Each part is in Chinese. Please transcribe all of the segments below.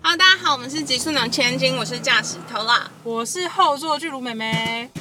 Hello， 大家好，我们是极速能千金，我是驾驶头啦， 我是后座巨乳妹妹。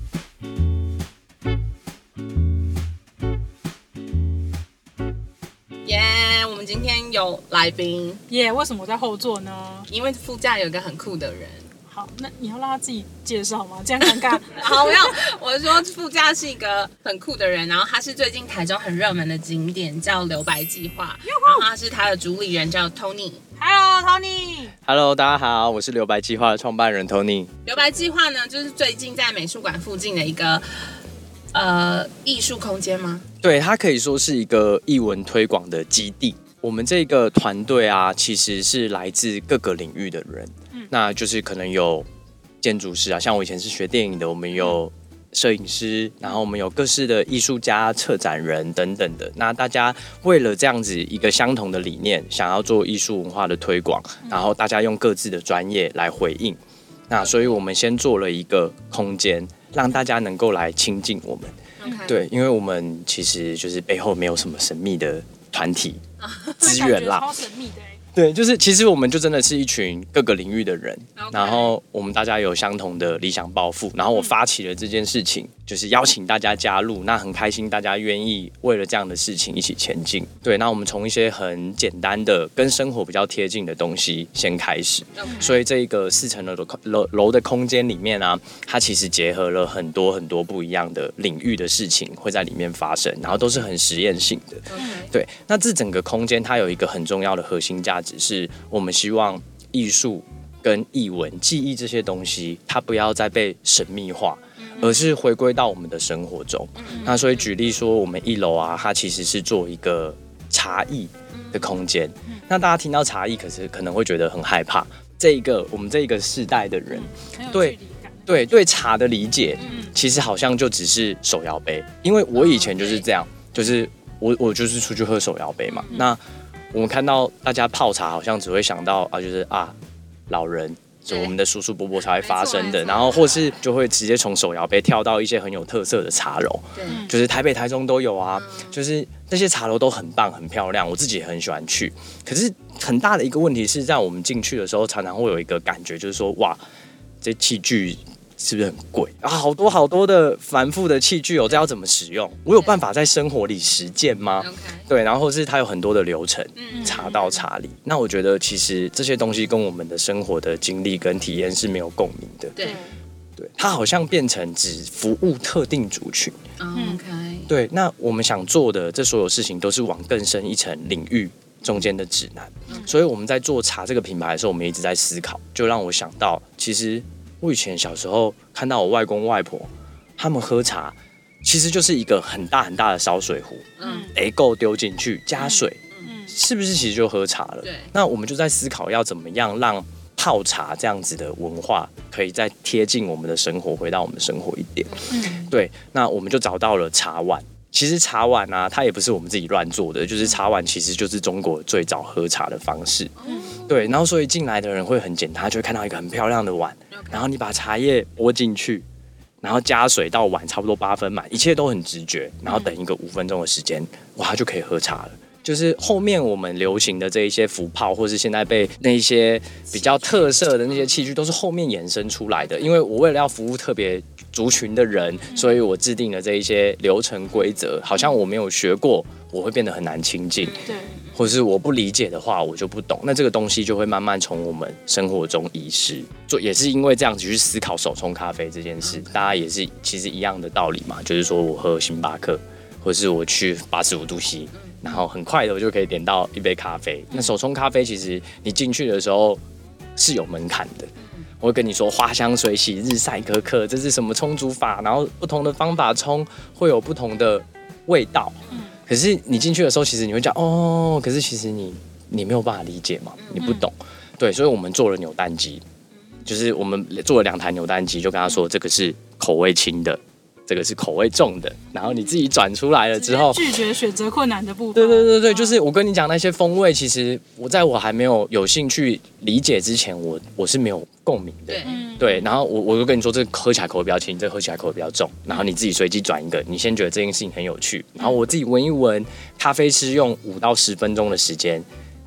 我们今天有来宾为什么我在后座呢？ 因为副驾有一个很酷的人。 好，那你要让他自己介绍吗？这样尴尬。 好，没有，我说副驾是一个很酷的人，然后他是最近台中很热门的景点叫留白计划，然后他是他的主理人叫 Tony。Hello Tony。Hello， 大家好，我是留白计划的创办人 Tony。 留白计划呢，就是最近在美术馆附近的一个艺术空间吗？ 对，它可以说是一个艺文推广的基地。我们这个团队啊，其实是来自各个领域的人。那就是可能有建筑师啊，像我以前是学电影的，我们有摄影师，然后我们有各式的艺术家、策展人等等的。那大家为了这样子一个相同的理念，想要做艺术文化的推广，然后大家用各自的专业来回应。那所以我们先做了一个空间，让大家能够来亲近我们。对，因为我们其实就是背后没有什么神秘的团体资源啦， 超神秘的。 对，就是其实我们就真的是一群各个领域的人，然后我们大家有相同的理想抱负，然后我发起了这件事情，就是邀请大家加入，那很开心大家愿意为了这样的事情一起前进。对，那我们从一些很简单的跟生活比较贴近的东西先开始，所以这一个4层楼的空间里面啊，它其实结合了很多很多不一样的领域的事情会在里面发生，然后都是很实验性的。对，那这整个空间它有一个很重要的核心价值，是我们希望艺术跟艺文、记忆这些东西，它不要再被神秘化，而是回归到我们的生活中。那所以举例说，我们1楼啊，它其实是做一个茶艺的空间。那大家听到茶艺，可能会觉得很害怕。我们这一个世代的人，对茶的理解，其实好像就只是手摇杯。因为我以前就是这样，就是我就是出去喝手摇杯嘛。那我们看到大家泡茶，好像只会想到就是老人，就我们的叔叔伯伯才会发生的，然后或是就会直接从手摇杯跳到一些很有特色的茶楼，就是台北、台中都有啊，就是那些茶楼都很棒、很漂亮，我自己也很喜欢去。可是很大的一个问题是在我们进去的时候，常常会有一个感觉，就是说哇，这器具是不是很贵啊？好多的繁复的器具这要怎么使用？我有办法在生活里实践吗？对，然后或是它有很多的流程，茶到茶理。那我觉得其实这些东西跟我们的生活的经历跟体验是没有共鸣的。对，它好像变成只服务特定族群。对，那我们想做的这所有事情都是往更深一层领域中间的指南。所以我们在做茶这个品牌的时候，我们一直在思考，就让我想到，其实我以前小时候看到我外公外婆他们喝茶，其实就是一个很大很大的烧水壶，够丢进去加水，是不是其实就喝茶了？那我们就在思考要怎么样让泡茶这样子的文化可以再贴近我们的生活，回到我们的生活一点。对，那我们就找到了茶碗。其实茶碗啊，它也不是我们自己乱做的，就是茶碗其实就是中国最早喝茶的方式。对，然后所以进来的人会很简单，就会看到一个很漂亮的碗，然后你把茶叶拨进去，然后加水到碗差不多8分满，一切都很直觉，然后等一个5分钟的时间，哇，就可以喝茶了。就是后面我们流行的这一些浮泡，或是现在被那一些比较特色的那些器具，都是后面衍生出来的。因为我为了要服务特别族群的人，所以我制定了这一些流程规则。好像我没有学过，我会变得很难亲近。对，或是我不理解的话，我就不懂。那这个东西就会慢慢从我们生活中遗失。也是因为这样子去思考手冲咖啡这件事，大家也是其实一样的道理嘛。就是说我喝星巴克，或是我去85度 C。然后很快的我就可以点到一杯咖啡。那手冲咖啡其实你进去的时候是有门槛的，我会跟你说花香水洗、日晒可可，这是什么冲煮法，然后不同的方法冲会有不同的味道。可是你进去的时候，其实你会讲可是其实你没有办法理解嘛，你不懂。对，所以我们做了扭蛋机，就是我们做了2台扭蛋机，就跟他说这个是口味轻的，这个是口味重的，然后你自己转出来了之后， 拒绝选择困难的部分。 对，就是我跟你讲那些风味，其实在我还没有兴趣理解之前，我是没有共鸣的。对，然后我就跟你说，这喝起来口味比较轻，这喝起来口味比较重，然后你自己随机转一个，你先觉得这件事情很有趣，然后我自己闻一闻，咖啡师用5到10分钟的时间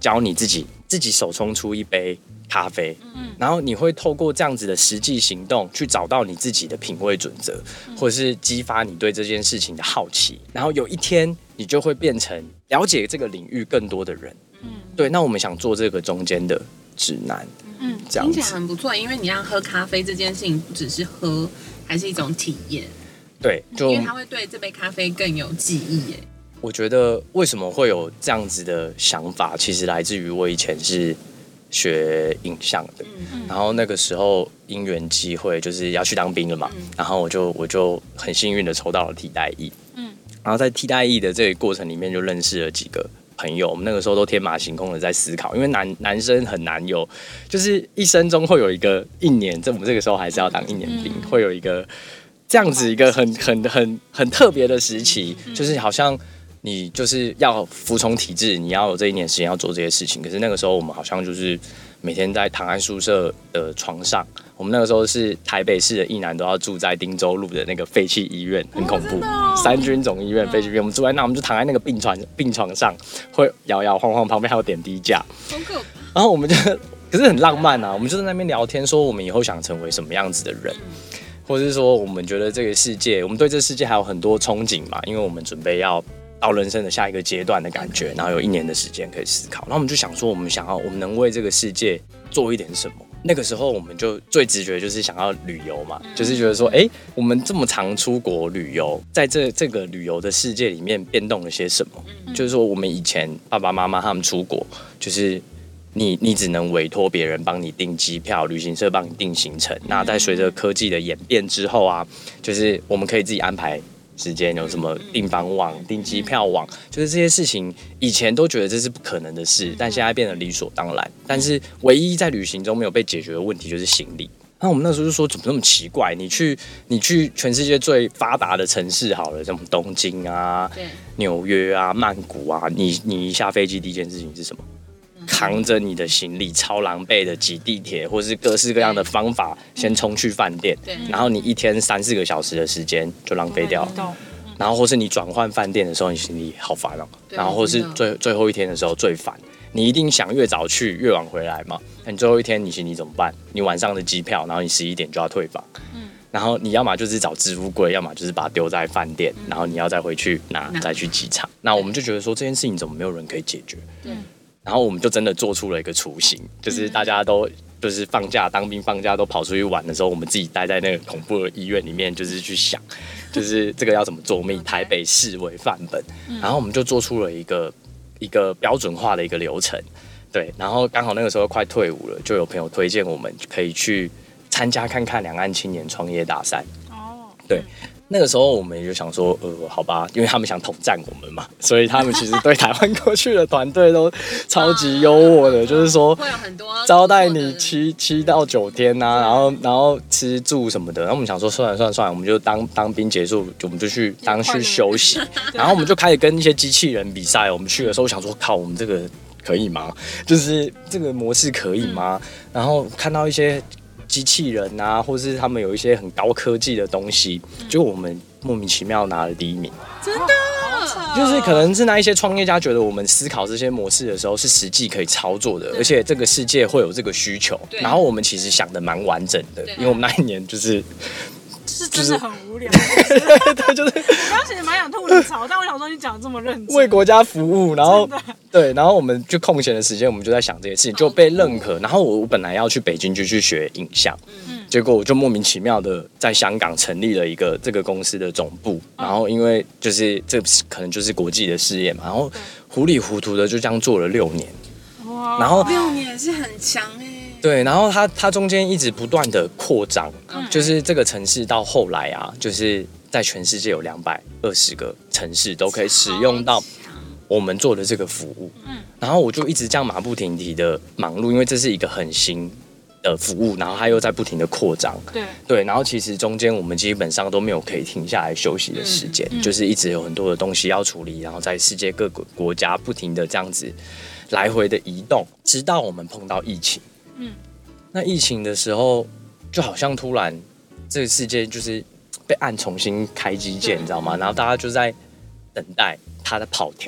教你自己手冲出一杯咖啡，然后你会透过这样子的实际行动去找到你自己的品味准则，或者是激发你对这件事情的好奇，然后有一天你就会变成了解这个领域更多的人。对，那我们想做这个中间的指南，这样子听起来很不错，因为你让喝咖啡这件事情不只是喝，还是一种体验。 对，就因为它会对这杯咖啡更有记忆耶。 我觉得为什么会有这样子的想法，其实来自于我以前是学影像的，然后那个时候因缘机会就是要去当兵了嘛，然后我就很幸运的抽到了替代役，然后在替代役的这个过程里面就认识了几个朋友，我们那个时候都天马行空的在思考，因为男生很难有，就是一生中会有一个1年，我们这个时候还是要当1年兵，会有一个这样子一个很特别的时期，就是好像你就是要服从体制，你要有这1年时间要做这些事情。可是那个时候我们好像就是每天在躺在宿舍的床上，我们那个时候是台北市的役男都要住在汀州路的那个废弃医院，很恐怖，3军总医院废弃医院，我们住在那，我们就躺在那个病床上，会摇摇晃晃，旁边还有点滴架，然后我们就可是很浪漫啊，我们就在那边聊天，说我们以后想成为什么样子的人。或者是说，我们觉得这个世界，我们对这个世界还有很多憧憬嘛，因为我们准备要到人生的下一个阶段的感觉，然后有1年的时间可以思考。然后我们就想说，我们能为这个世界做一点什么。那个时候我们就最直觉就是想要旅游嘛，就是觉得说，我们这么常出国旅游，在这个旅游的世界里面变动了些什么？就是说，我们以前爸爸妈妈他们出国，就是你只能委托别人帮你订机票，旅行社帮你订行程。那在随着科技的演变之后啊，就是我们可以自己安排时间，有什么订房网、订机票网，就是这些事情以前都觉得这是不可能的事，但现在变得理所当然。但是唯一在旅行中没有被解决的问题就是行李。那我们那时候就说，怎么那么奇怪？你去全世界最发达的城市好了，像东京啊、纽约啊、曼谷啊，你一下飞机第一件事情是什么？扛着你的行李，超狼狈的挤地铁，或是各式各样的方法，先冲去饭店，然后你一天3-4个小时的时间就浪费掉了。然后或是你转换饭店的时候，你行李好烦哦。然后或是最后一天的时候最烦，你一定想越早去越晚回来嘛。那你最后一天你行李怎么办？你晚上的机票，然后你11点就要退房。然后你要么就是找置物柜，要么就是把它丢在饭店，然后你要再回去拿，再去机场。那我们就觉得说这件事情怎么没有人可以解决？然后我们就真的做出了一个雏形，就是大家都就是放假当兵放假都跑出去玩的时候，我们自己待在那个恐怖的医院里面，就是去想，就是这个要怎么做。我们以台北市为范本，然后我们就做出了一个标准化的一个流程。对，然后刚好那个时候快退伍了，就有朋友推荐我们可以去参加看看两岸青年创业大赛。对。那个时候我们也就想说，好吧，因为他们想统战我们嘛，所以他们其实对台湾过去的团队都超级优渥的，就是说会有很多招待你7到9天啊，然后吃住什么的。然后我们想说，算了，我们就当兵结束，我们就去休息。然后我们就开始跟一些机器人比赛。我们去的时候想说，靠，我们这个可以吗？就是这个模式可以吗？然后看到一些机器人啊，或是他们有一些很高科技的东西，就我们莫名其妙拿了第1名， 真的， 就是可能是那一些创业家觉得我们思考这些模式的时候是实际可以操作的，而且这个世界会有这个需求，然后我们其实想的蛮完整的，因为我们那1年就是真的很无聊， 对，就是我刚其实蛮想吐你槽，但我想说你讲得这么认真， 为国家服务，然后对，然后我们就空闲的时间，我们就在想这些事情，就被认可。然后我本来要去北京就去学影像，结果我就莫名其妙的在香港成立了一个这个公司的总部，然后因为就是这可能就是国际的事业嘛，然后糊里糊涂的就这样做了6年，然后 6年是很强哎。 对，然后它中间一直不断的扩张，就是这个城市到后来啊，就是在全世界有220个城市都可以使用到我们做的这个服务。然后我就一直这样马不停蹄的忙碌，因为这是一个很新的服务，然后它又在不停的扩张。对，然后其实中间我们基本上都没有可以停下来休息的时间，就是一直有很多的东西要处理，然后在世界各个国家不停的这样子来回的移动，直到我们碰到疫情。那疫情的时候，就好像突然这个世界就是被按重新开机键，你知道吗？然后大家就在等待它的跑条。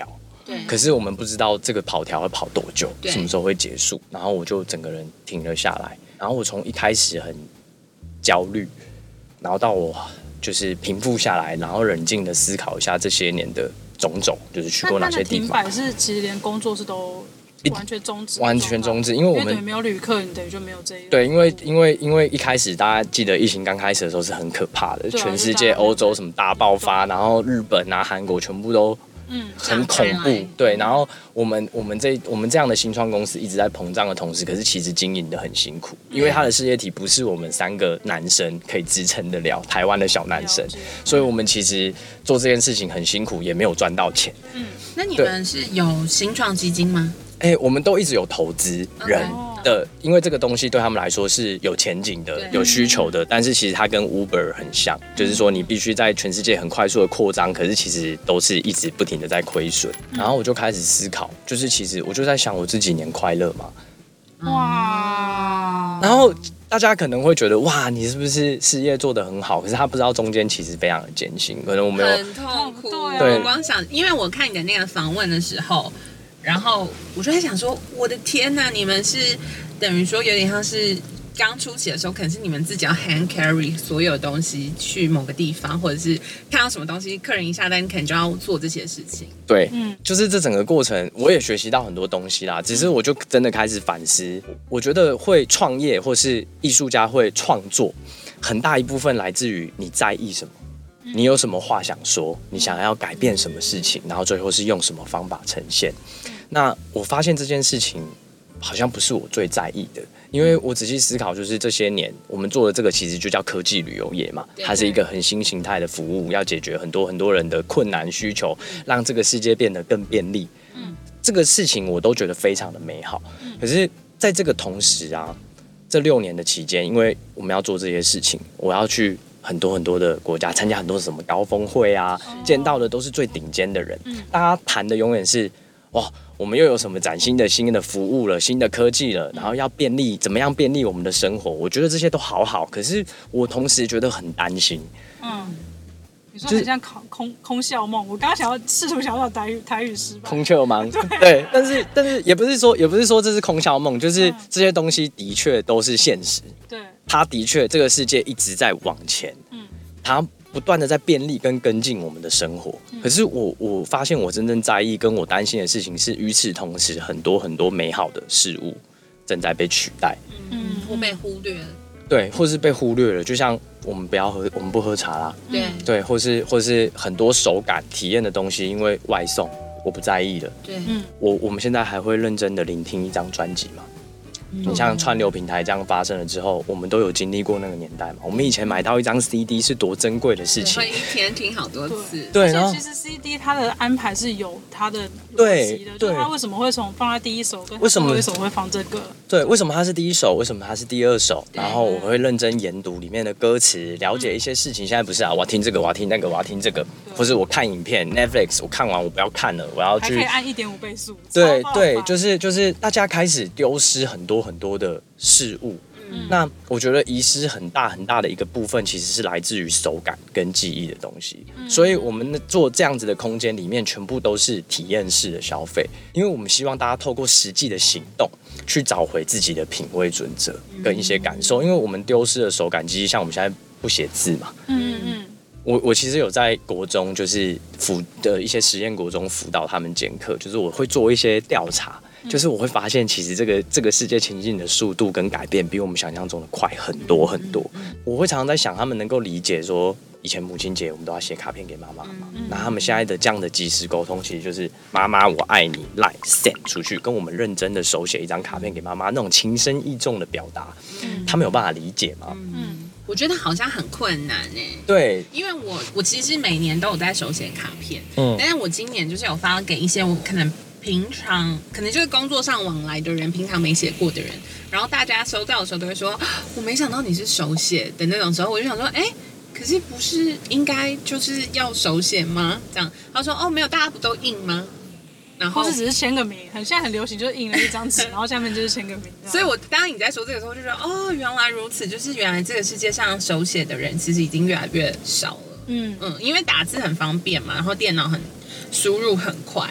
对， 可是我们不知道这个跑条要跑多久， 对什么时候会结束，然后我就整个人停了下来，然后我从一开始很焦虑，然后到我就是平复下来，然后冷静的思考一下这些年的种种，就是去过哪些地方。 那停摆是其实连工作室都完全终止， 完全终止，因为我们等于没有旅客，你等于就没有这一对，因为一开始大家记得疫情刚开始的时候是很可怕的，全世界欧洲什么大爆发，然后日本啊、韩国全部都很恐怖，对。然后我们这样的新创公司一直在膨胀的同时，可是其实经营的很辛苦，因为它的事业体不是我们3个男生可以支撑得了，台湾的小男生，所以我们其实做这件事情很辛苦，也没有赚到钱。 那你们是有新创基金吗？ 我们都一直有投资人的，因为这个东西对他们来说是有前景的、有需求的。但是其实它跟 Uber 很像，就是说你必须在全世界很快速的扩张，可是其实都是一直不停的在亏损。然后我就开始思考，就是其实我就在想，我这几年快乐吗？ 哇！ 然后大家可能会觉得，哇，你是不是事业做得很好？可是他不知道中间其实非常的艰辛，可能我们有很痛苦。 对我光想，因为我看你的那个访问的时候。然后我就在想说，我的天哪，你们是等于说有点像是刚出起的时候，可能是你们自己要 hand carry 所有东西去某个地方，或者是看到什么东西，客人一下单，可能就要做这些事情。 对，就是这整个过程，我也学习到很多东西啦。只是我就真的开始反思，我觉得会创业或是艺术家会创作，很大一部分来自于你在意什么。你有什么话想说？你想要改变什么事情？然后最后是用什么方法呈现？那我发现这件事情好像不是我最在意的，因为我仔细思考，就是这些年我们做的这个其实就叫科技旅游业嘛，它是一个很新形态的服务，要解决很多人的困难需求，让这个世界变得更便利。这个事情我都觉得非常的美好。可是在这个同时啊，这6年的期间，因为我们要做这些事情，我要去很多的国家参加很多什么高峰会啊，见到的都是最顶尖的人，大家谈的永远是哇，我们又有什么崭新的服务了，新的科技了，然后要便利，怎么样便利我们的生活？我觉得这些都好好，可是我同时觉得很担心。 你说很像空笑梦，我刚刚试图想要台语失败。 空笑梦，对，但是也不是说这是空笑梦，就是这些东西的确都是现实。对，它的确这个世界一直在往前，它不断的在便利跟跟进我们的生活。可是我发现我真正在意跟我担心的事情是，与此同时很多美好的事物正在被取代， 或被忽略了。 对，或是被忽略了，就像我们不喝茶啦，对，或是很多手感体验的东西，因为外送我不在意了，对，我们现在还会认真的聆听一张专辑吗？你像串流平台这样发生了之后，我们都有经历过那个年代嘛。我们以前买到一张 CD 是多珍贵的事情， 会一天听好多次。 对，然后其实 CD 它的安排是有它的逻辑的，就是它为什么会放在第一首，跟为什么会放这个？ 对，为什么它是第一首？为什么它是第二首？然后我会认真研读里面的歌词，了解一些事情。现在不是啊，我要听这个，我要听那个，我要听这个，或是我看影片 Netflix， 我看完我不要看了，我要去还可以按1.5倍速。 对对，就是大家开始丢失很多的事物。那我觉得遗失很大的一个部分，其实是来自于手感跟记忆的东西。所以我们做这样子的空间里面，全部都是体验式的消费，因为我们希望大家透过实际的行动，去找回自己的品味准则跟一些感受。因为我们丢失了手感，其实像我们现在不写字嘛，我其实有在国中就是辅的一些实验国中辅导他们兼课，就是我会做一些调查。就是我会发现，其实这个世界前进的速度跟改变比我们想象中的快很多。我会常常在想，他们能够理解说，以前母亲节我们都要写卡片给妈妈嘛，那他们现在的这样的即时沟通，其实就是妈妈我爱你 ，like send 出去，跟我们认真的手写一张卡片给妈妈那种情深意重的表达，他们有办法理解吗？ 我觉得好像很困难对， 因为我其实每年都有在手写卡片，但是我今年就是有发给一些我可能平常可能就是工作上往来的人，平常没写过的人，然后大家收到的时候都会说，我没想到你是手写的那种时候，我就想说，可是不是应该就是要手写吗？这样，他说没有，大家不都印吗？然后或是只是签个名，现在很流行，就是印了一张纸，然后下面就是签个名。 所以我当你在说这个时候，就觉得原来如此，就是原来这个世界上手写的人其实已经越来越少了。因为打字很方便嘛，然后电脑输入很快。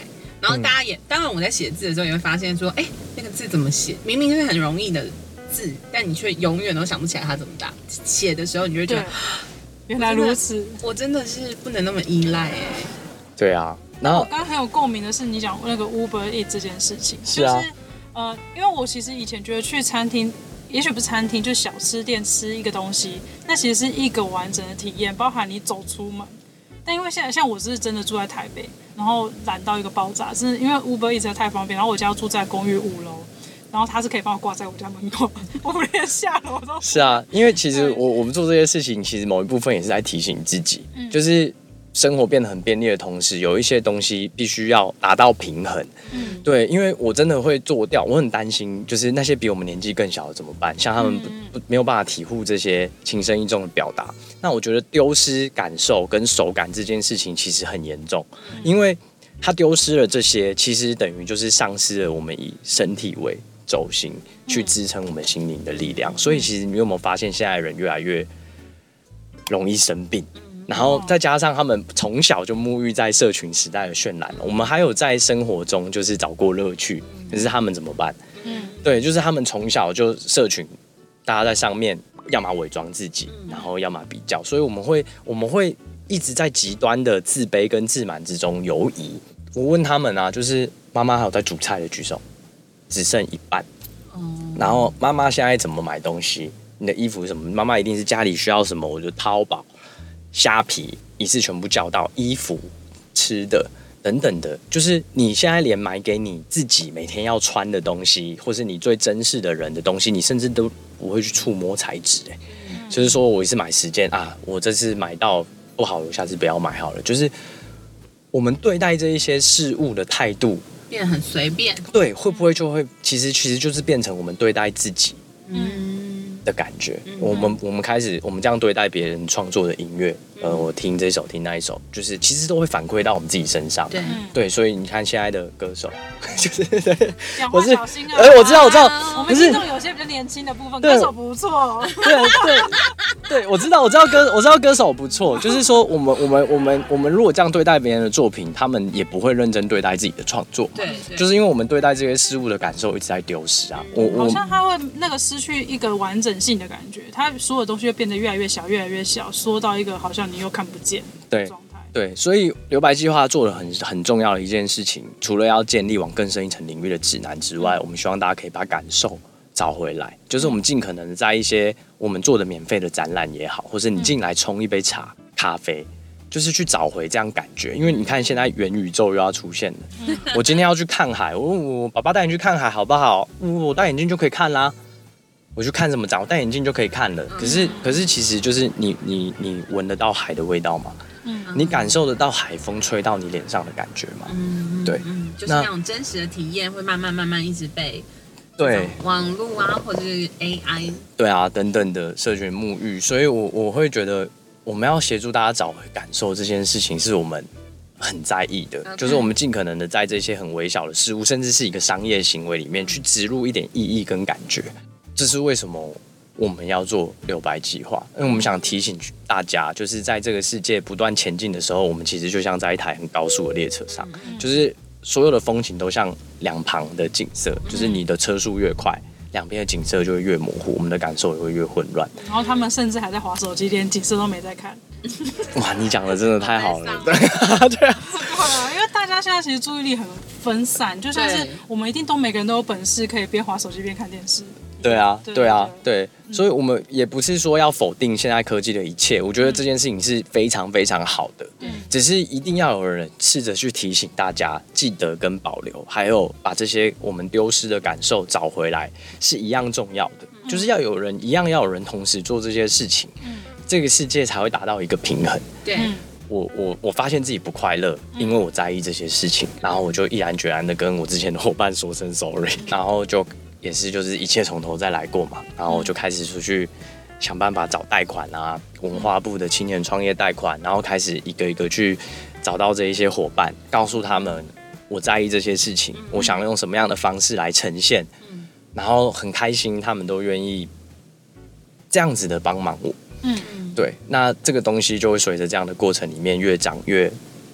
然后大家也，当然我在写字的时候也会发现说，哎，那个字怎么写？明明是很容易的字，但你却永远都想不起来它怎么打。写的时候，你就会觉得， 原来如此。 我真的是不能那么依赖哎。 对啊，然后我刚刚很有共鸣的是你讲那个 Uber Eats 这件事情， 是啊， 因为我其实以前觉得去餐厅。也许不是餐厅，就是小吃店吃一个东西，那其实是一个完整的体验，包含你走出门。但因为现在像我是真的住在台北，然后懒到一个爆炸，是因为 Uber 一直太方便，然后我家住在公寓5楼，然后它是可以帮我挂在我家门口，我连下楼都是啊，因为其实我们做这些事情，其实某一部分也是在提醒自己，就是生活变得很便利的同时，有一些东西必须要达到平衡。对，因为我真的会做掉，我很担心，就是那些比我们年纪更小的怎么办？像他们没有办法体会这些情深意重的表达。那我觉得丢失感受跟手感这件事情其实很严重，因为他丢失了这些，其实等于就是丧失了我们以身体为轴心去支撑我们心灵的力量。所以其实你有没有发现，现在人越来越容易生病？然后再加上他们从小就沐浴在社群时代的渲染，我们还有在生活中就是找过乐趣，可是他们怎么办？对，就是他们从小就社群，大家在上面要么伪装自己，然后要么比较，所以我们会一直在极端的自卑跟自满之中游移。我问他们啊，就是妈妈还有在煮菜的举手，只剩一半。然后妈妈现在怎么买东西？你的衣服什么？妈妈一定是家里需要什么，我就淘宝。虾皮一次全部叫到，衣服、吃的等等的，就是你现在连买给你自己每天要穿的东西，或是你最珍视的人的东西，你甚至都不会去触摸材质。就是说我一次买10件啊，我这次买到不好，我下次不要买好了。就是我们对待这一些事物的态度变得很随便， 对，会不会就会其实就是变成我们对待自己的感觉。我们开始我们这样对待别人创作的音乐，我听这首听那一首，就是其实都会反馈到我们自己身上。对，所以你看现在的歌手，就是讲话小心啊！ 我知道， 我们听众有些比较年轻的部分，歌手不错。 对，我知道歌手不错，就是说我们如果这样对待别人的作品，他们也不会认真对待自己的创作。 对， 就是因为我们对待这些事物的感受一直在丢失啊。 好像他会那个失去一个完整性的感觉，他所有东西会变得越来越小，越来越小，缩到一个好像你又看不见的状态。 对，所以留白计划做了很重要的一件事情，除了要建立往更深一层领域的指南之外，我们希望大家可以把感受找回来，就是我们尽可能在一些我们做的免费的展览也好，或是你进来冲一杯茶、咖啡，就是去找回这样感觉。因为你看现在元宇宙又要出现了，我今天要去看海，我爸爸带你去看海好不好？我戴眼镜就可以看啦。我去看什么展，我戴眼镜就可以看了。可是其实就是你闻得到海的味道吗？你感受得到海风吹到你脸上的感觉吗？对， 就是那种真实的体验会慢慢一直被网络啊或者是 AI 对啊等等的社群沐浴，所以我会觉得我们要协助大家找回感受这件事情是我们很在意的，就是我们尽可能的在这些很微小的事物，甚至是一个商业行为里面去植入一点意义跟感觉。这是为什么我们要做留白计划，因为我们想提醒大家，就是在这个世界不断前进的时候，我们其实就像在一台很高速的列车上，就是所有的风景都像两旁的景色，就是你的车速越快，两边的景色就会越模糊，我们的感受也会越混乱。 然后他们甚至还在滑手机，连景色都没在看。 哇，你讲的真的太好了，对啊， 因为大家现在其实注意力很分散，就像是我们一定都每个人都有本事可以边滑手机边看电视。 对啊，所以我们也不是说要否定现在科技的一切，我觉得这件事情是非常非常好的，只是一定要有人试着去提醒大家记得跟保留，还有把这些我们丢失的感受找回来是一样重要的，就是要有人同时做这些事情，这个世界才会达到一个平衡。 对， 我发现自己不快乐，因为我在意这些事情，然后我就毅然决然的跟我之前的伙伴说声 sorry， 然后也是就是一切从头再来过嘛，然后我就开始出去想办法找贷款啊，文化部的青年创业贷款，然后开始一个一个去找到这一些伙伴，告诉他们我在意这些事情，我想用什么样的方式来呈现，然后很开心他们都愿意这样子的帮忙我。对，那这个东西就会随着这样的过程里面越长越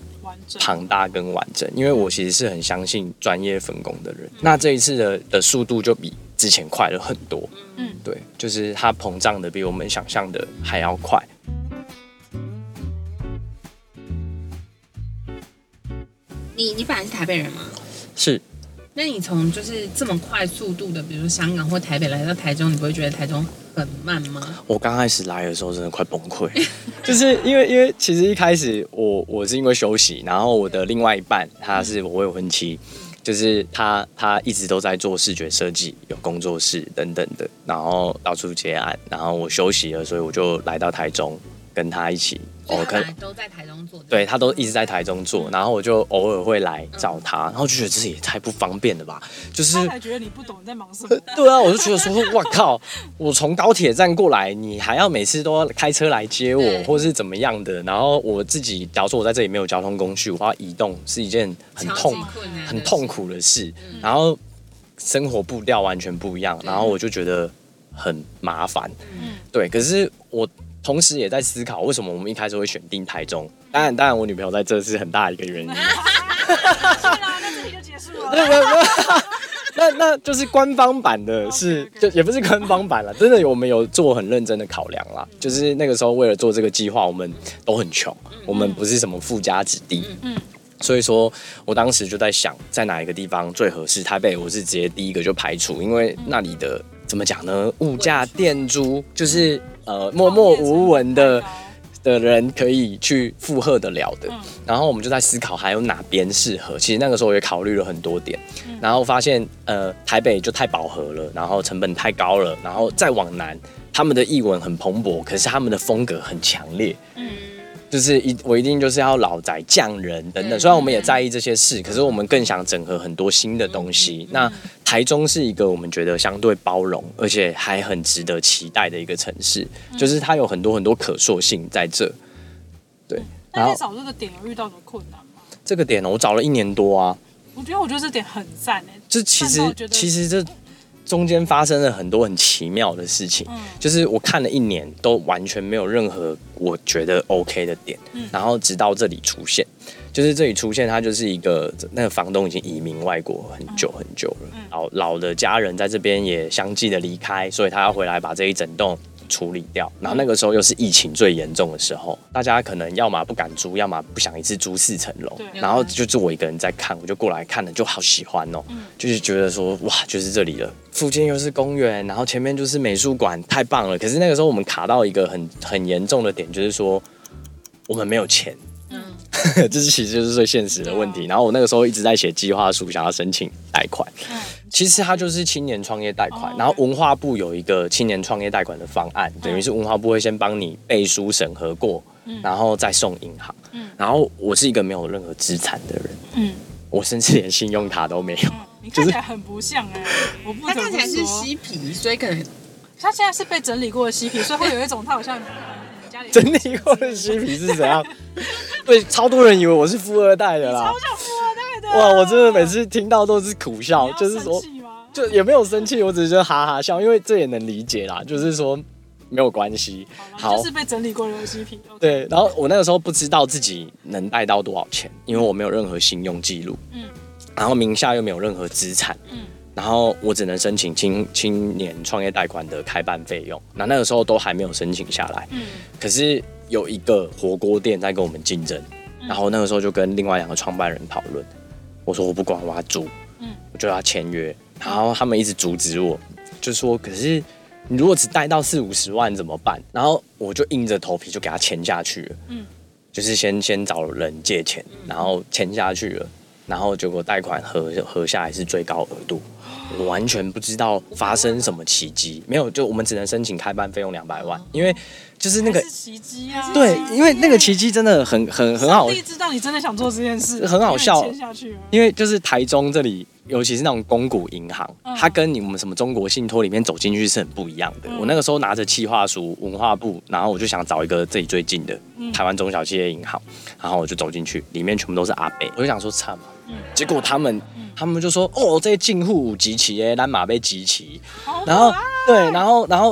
庞大跟完整。因为我其实是很相信专业分工的人，那这一次的速度就比之前快了很多。对，就是它膨胀的比我们想象的还要快。 你本来是台北人吗？ 是。 那你从就是这么快速度的，比如说香港或台北来到台中，你不会觉得台中很慢吗？ 我刚开始来的时候真的快崩溃，就是因为其实一开始我是因为休息，然后我的另外一半他是我未婚妻，就是他一直都在做视觉设计，有工作室等等的，然后到处接案，然后我休息了，所以我就来到台中跟他一起。 他本来都在台中做， 对，他都一直在台中做，然后我就偶尔会来找他，然后就觉得这也太不方便了吧，就是他才觉得你不懂你在忙什么。 对啊，我就觉得说，哇靠，我从高铁站过来，你还要每次都要开车来接我，或是怎么样的，然后我自己，假如说我在这里没有交通工具，我要移动是一件很痛苦的事，然后生活步调完全不一样，然后我就觉得很麻烦，对，可是我同时也在思考，为什么我们一开始会选定台中？当然，我女朋友在这是很大一个原因。 那这里就结束了。 那就是官方版的是，就也不是官方版了，真的我们有做很认真的考量啦。就是那个时候为了做这个计划，我们都很穷，我们不是什么富家子弟。所以说我当时就在想，在哪一个地方最合适？台北我是直接第一个就排除，因为那里的怎么讲呢？物价、店租就是默默无闻的人可以去负荷得了的。然后我们就在思考还有哪边适合。其实那个时候也考虑了很多点，然后发现台北就太饱和了，然后成本太高了，然后再往南，他们的艺文很蓬勃，可是他们的风格很强烈。就是我一定就是要老宅匠人等等，虽然我们也在意这些事，可是我们更想整合很多新的东西。那台中是一个我们觉得相对包容，而且还很值得期待的一个城市，就是它有很多很多可塑性在这。对， 那你找这个点有遇到什么困难吗？ 这个点我找了1年多啊。我觉得这点很赞哎。 就其实这中间发生了很多很奇妙的事情，就是我看了1年都完全没有任何我觉得 OK 的点，然后直到这里出现，就是这里出现，它就是一个那个房东已经移民外国很久很久了，老的家人在这边也相继的离开，所以他要回来把这一整栋处理掉。然后那个时候又是疫情最严重的时候，大家可能要么不敢租，要么不想一次租4层楼，然后就是我一个人在看，我就过来看了，就好喜欢哦，就是觉得说哇，就是这里了，附近又是公园，然后前面就是美术馆，太棒了。可是那个时候我们卡到一个很严重的点，就是说我们没有钱。这其实就是最现实的问题。然后我那个时候一直在写计划书，想要申请贷款。其实它就是青年创业贷款，然后文化部有一个青年创业贷款的方案，等于是文化部会先帮你背书审核过，然后再送银行。然后我是一个没有任何资产的人，我甚至连信用卡都没有。 你看起来很不像哎，我不得不说， 他看起来是嬉皮，所以可能他现在是被整理过的嬉皮，所以会有一种他好像整理过的嬉皮是怎样？对，超多人以为我是富二代的啦， 超像富二代的。 哇，我真的每次听到都是苦笑，就是说，就也没有生气，我只是觉得哈哈笑，因为这也能理解啦，就是说没有关系。 好，就是被整理过的嬉皮。 对，然后我那个时候不知道自己能贷到多少钱，因为我没有任何信用记录，然后名下又没有任何资产，然后我只能申请青年创业贷款的开办费用，那个时候都还没有申请下来，可是有一个火锅店在跟我们竞争，然后那个时候就跟另外2个创办人讨论，我说我不管，我要租，我就要签约，然后他们一直阻止我，就说可是你如果只贷到40-50万怎么办？然后我就硬着头皮就给他签下去了，就是先找人借钱，然后签下去了，然后结果贷款核下来是最高额度。我完全不知道发生什么奇迹，没有，就我们只能申请开办费用200万，因为就是那个是奇迹啊， 对，因为那个奇迹真的很好， 上帝知道你真的想做这件事， 很好笑，因为就是台中这里，尤其是那种公股银行，它跟我们什么中国信托里面走进去是很不一样的。我那个时候拿着企划书，文化部，然后我就想找一个这里最近的台湾中小企业银行，然后我就走进去，里面全部都是阿伯，我就想说惨嘛，结果他们就说哦，这些进户集齐耶，蓝马被集齐，然后对，然后因为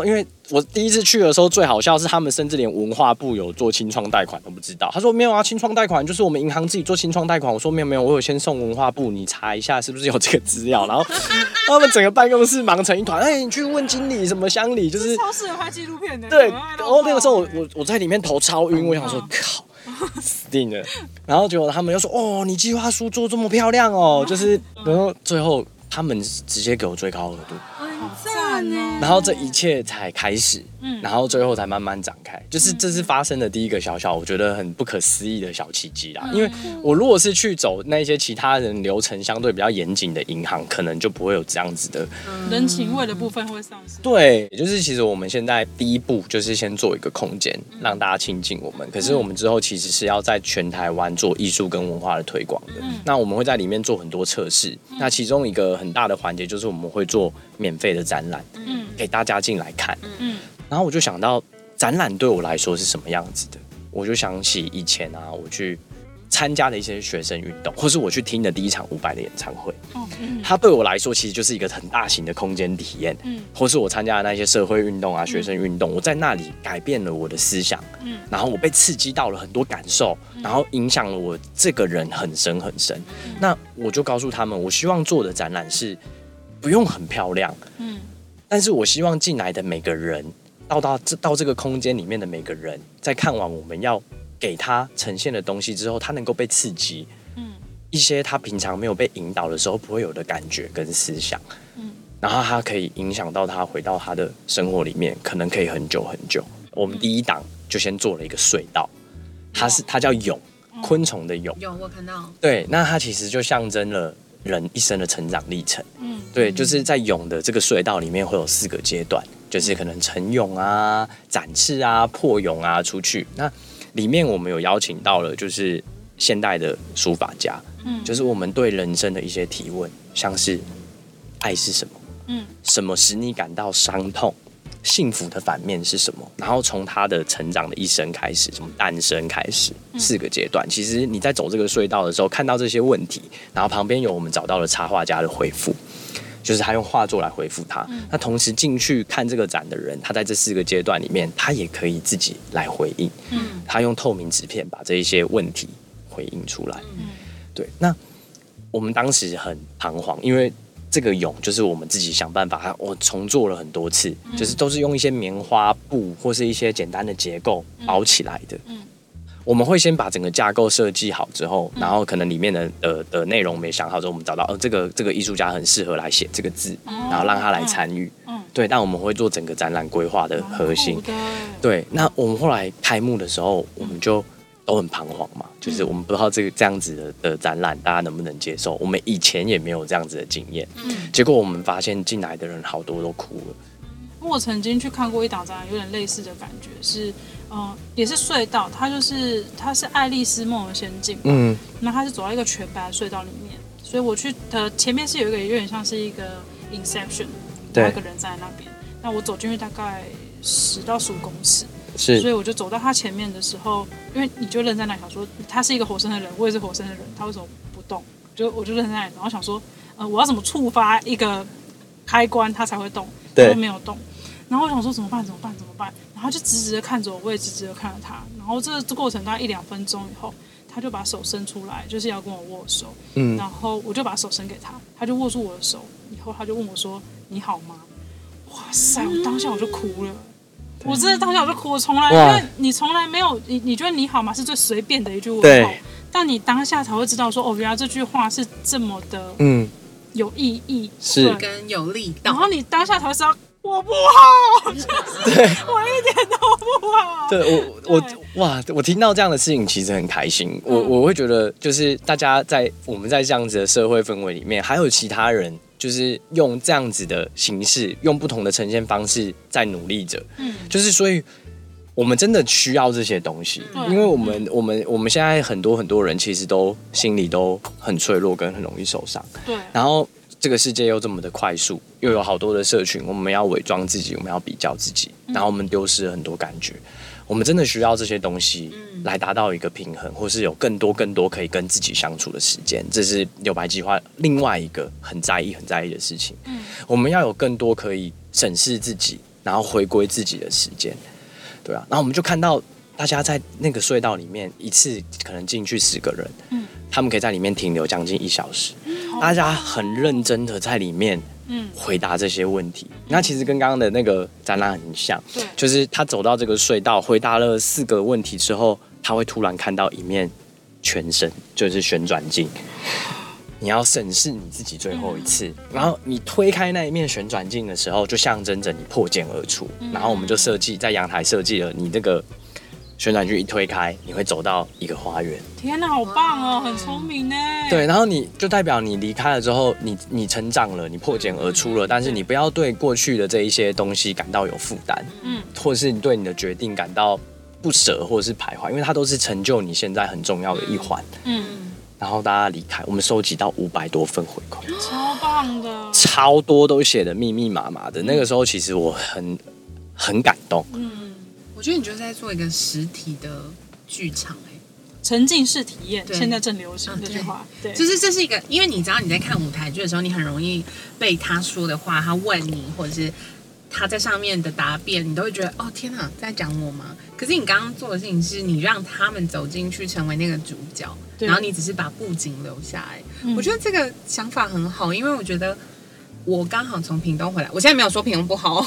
我第一次去的时候最好笑是他们甚至连文化部有做清创贷款都不知道。他说没有啊，清创贷款就是我们银行自己做清创贷款。我说没有，我有先送文化部，你查一下是不是有这个资料。然后他们整个办公室忙成一团，你去问经理什么乡里，就是超适合拍纪录片的。 对，然后那个时候我在里面头超晕，我想说靠。死定了，然后结果他们又说你计划书做这么漂亮就是然后最后他们直接给我最高额度， 好赞哦！ 然后这一切才开始，然后最后才慢慢展开，就是这是发生的第一个小我觉得很不可思议的小奇迹啦。因为我如果是去走那些其他人流程相对比较严谨的银行，可能就不会有这样子的人情味的部分会丧失。 对，就是其实我们现在第一步就是先做一个空间，让大家亲近我们。可是我们之后其实是要在全台湾做艺术跟文化的推广的。那我们会在里面做很多测试，那其中一个很大的环节就是我们会做免费的展览，给大家进来看。然后我就想到展览对我来说是什么样子的，我就想起以前我去参加的一些学生运动，或是我去听的第一场伍佰的演唱会，它对我来说其实就是一个很大型的空间体验，或是我参加的那些社会运动学生运动，我在那里改变了我的思想，然后我被刺激到了很多感受，然后影响了我这个人很深很深。那我就告诉他们，我希望做的展览是不用很漂亮，但是我希望进来的每个人到这个空间里面的每个人，在看完我们要给他呈现的东西之后，他能够被刺激，一些他平常没有被引导的时候不会有的感觉跟思想，然后他可以影响到他回到他的生活里面，可能可以很久很久。我们第一档就先做了一个隧道，它叫蛹，昆虫的蛹。 有我看到。对， 那它其实就象征了人一生的成长历程。对，就是在蛹的这个隧道里面会有4个阶段，就是可能成蛹展翅破蛹出去。那里面我们有邀请到了就是现代的书法家，就是我们对人生的一些提问，像是爱是什么，什么使你感到伤痛，幸福的反面是什么，然后从他的成长的一生开始，从诞生开始，4个阶段。其实你在走这个隧道的时候，看到这些问题，然后旁边有我们找到了插画家的回复，就是他用画作来回复他。那同时进去看这个展的人，他在这4个阶段里面，他也可以自己来回应。他用透明纸片把这一些问题回应出来。对，那我们当时很彷徨，因为这个蛹就是我们自己想办法，我重做了很多次，就是都是用一些棉花布或是一些简单的结构包起来的。我们会先把整个架构设计好之后，然后可能里面的内容没想好之后，我们找到这个艺术家很适合来写这个字，然后让他来参与。对，但我们会做整个展览规划的核心。对，那我们后来开幕的时候，我们就都很彷徨嘛，就是我们不知道这样子的展览大家能不能接受，我们以前也没有这样子的经验。结果我们发现进来的人好多都哭了。 我曾经去看过一档展览，有点类似的感觉，是也是隧道，它是爱丽丝梦游仙境，那它是走到一个全白的隧道里面，所以我去前面是有一个有点像是一个 Inception， 有一个人站在那边，那我走进去大概10到15公尺，所以我就走到他前面的时候，因为你就愣在那里想说，他是一个活生的人，我也是活生的人，他为什么不动？我就愣在那里，然后想说，我要怎么触发一个开关，他才会动？他没有动。然后我想说怎么办？然后他就直直的看着我，我也直直的看着他。然后这过程大概1-2分钟以后，他就把手伸出来，就是要跟我握手。然后我就把手伸给他，他就握住我的手，以后他就问我说：“你好吗？”哇塞！我当下我就哭了。我真的当下我就哭，我从来因为你从来没有你觉得你好吗是最随便的一句问候，但你当下才会知道说原来这句话是这么的有意义， 是跟有力道， 然后你当下才会知道我不好，就是我一点都不好。 对我听到这样的事情其实很开心，我会觉得就是大家我们在这样子的社会氛围里面，还有其他人。就是用这样子的形式，用不同的呈现方式在努力着，就是所以我们真的需要这些东西，因为我们现在很多人其实都心里都很脆弱，跟很容易受伤，对。然后这个世界又这么的快速，又有好多的社群，我们要伪装自己，我们要比较自己，然后我们丢失了很多感觉。我们真的需要这些东西来达到一个平衡，或是有更多可以跟自己相处的时间。这是留白计划另外一个很在意的事情。我们要有更多可以审视自己，然后回归自己的时间，对啊。然后我们就看到大家在那个隧道里面，一次可能进去10个人，他们可以在里面停留将近1小时，大家很认真的在里面回答这些问题。那其实跟刚刚的那个展览很像，就是他走到这个隧道，回答了4个问题之后，他会突然看到一面全身，就是旋转镜。你要审视你自己最后一次，然后你推开那一面旋转镜的时候，就象征着你破茧而出。然后我们就在阳台设计了，你这个旋转镜一推开，你会走到一个花园。 天哪，好棒哦，很聪明呢。 对，然后你就代表你离开了之后，你成长了，你破茧而出了，但是你不要对过去的这一些东西感到有负担，或者是你对你的决定感到不舍或者是徘徊，因为它都是成就你现在很重要的一环。然后大家离开，我们收集到500多份回馈， 超棒的， 超多都写的密密麻麻的。那个时候其实我很感动。 我觉得你就是在做一个实体的剧场， 沉浸式体验，现在正流行这句话。对， 就是这是一个，因为你知道你在看舞台剧的时候，你很容易被他说的话，他问你，或者是他在上面的答辩，你都会觉得哦天哪，在讲我吗？可是你刚刚做的事情是你让他们走进去成为那个主角，然后你只是把布景留下来。我觉得这个想法很好，因为我觉得我刚好从屏东回来，我现在没有说屏东不好。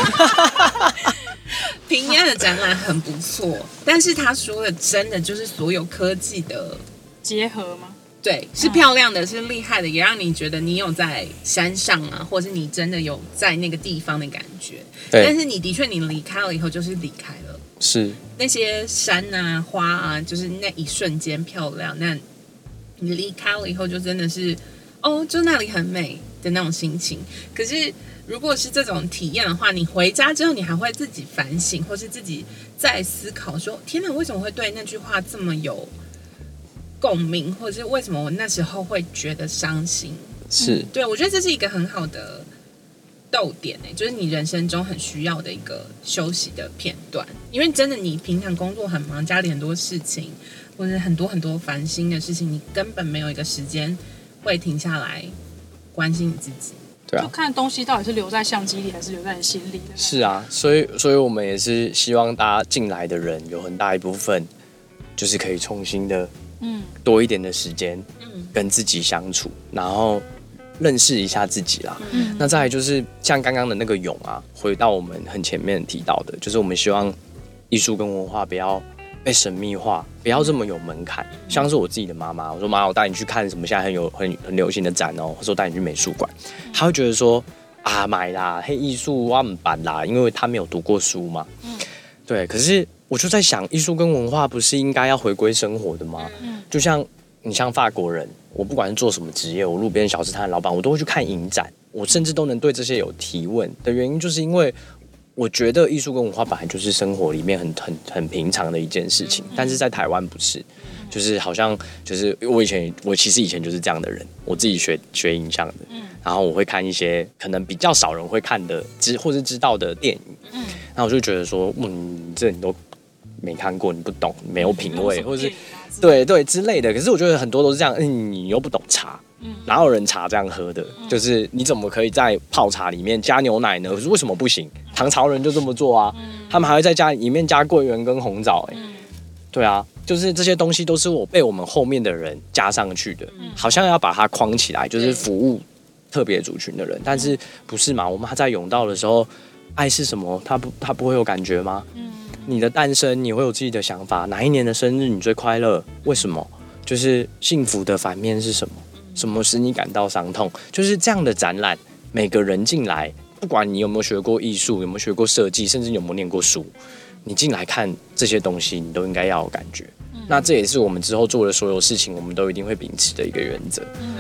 平安的展览很不错，但是他说的真的就是所有科技的结合吗？ 对，是漂亮的，是厉害的，也让你觉得你有在山上啊，或是你真的有在那个地方的感觉。但是你的确，你离开了以后就是离开了， 是那些山啊、花啊，就是那一瞬间漂亮。那你离开了以后，就真的是哦，就那里很美的那种心情。可是如果是这种体验的话，你回家之后，你还会自己反省，或是自己在思考说：天哪，为什么会对那句话这么有共鸣，或者是为什么我那时候会觉得伤心？ 是对，我觉得这是一个很好的逗点，就是你人生中很需要的一个休息的片段。因为真的，你平常工作很忙，家里很多事情，或者很多很多烦心的事情，你根本没有一个时间会停下来关心你自己。 对啊， 就看东西到底是留在相机里，还是留在你心里的。 是啊，所以我们也是希望大家进来的人有很大一部分，就是可以重新的，多一点的时间，跟自己相处，然后认识一下自己啦。那再来就是像刚刚的那个咏啊，回到我们很前面提到的，就是我们希望艺术跟文化不要被神秘化，不要这么有门槛。像是我自己的妈妈，我说妈，我带你去看什么现在很流行的展哦，或者说带你去美术馆，她会觉得说啊买啦，黑艺术我唔办啦，因为她没有读过书嘛。对，可是我就在想，艺术跟文化不是应该要回归生活的吗？就像你像法国人，我不管是做什么职业，我路边小吃摊的老板，我都会去看影展，我甚至都能对这些有提问的原因，就是因为我觉得艺术跟文化本来就是生活里面很平常的一件事情，但是在台湾不是，就是好像就是我其实以前就是这样的人，我自己学影像的，然后我会看一些可能比较少人会看的或是知道的电影，然后我就觉得说，这你都没看过，你不懂，没有品味，或者是对之类的。可是我觉得很多都是这样，你又不懂茶。哪有人茶这样喝的？就是你怎么可以在泡茶里面加牛奶呢？可是为什么不行？唐朝人就这么做啊，他们还会在里面加桂圆跟红枣。对啊，就是这些东西都是被我们后面的人加上去的，好像要把它框起来，就是服务特别族群的人，但是不是嘛？我们在甬道的时候，爱是什么？他不会有感觉吗？你的诞生，你会有自己的想法。哪一年的生日你最快乐？为什么？就是幸福的反面是什么？什么使你感到伤痛？就是这样的展览，每个人进来，不管你有没有学过艺术，有没有学过设计，甚至有没有念过书，你进来看这些东西，你都应该要有感觉。那这也是我们之后做的所有事情，我们都一定会秉持的一个原则。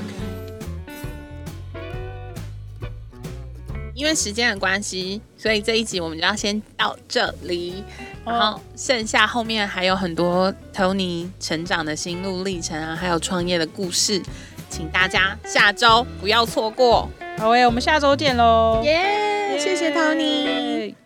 因为时间的关系，所以这一集我们就要先到这里，然后剩下后面还有很多 Tony 成长的心路历程啊，还有创业的故事，请大家下周不要错过。 好，我们下周见喽！ 耶，谢谢 Tony。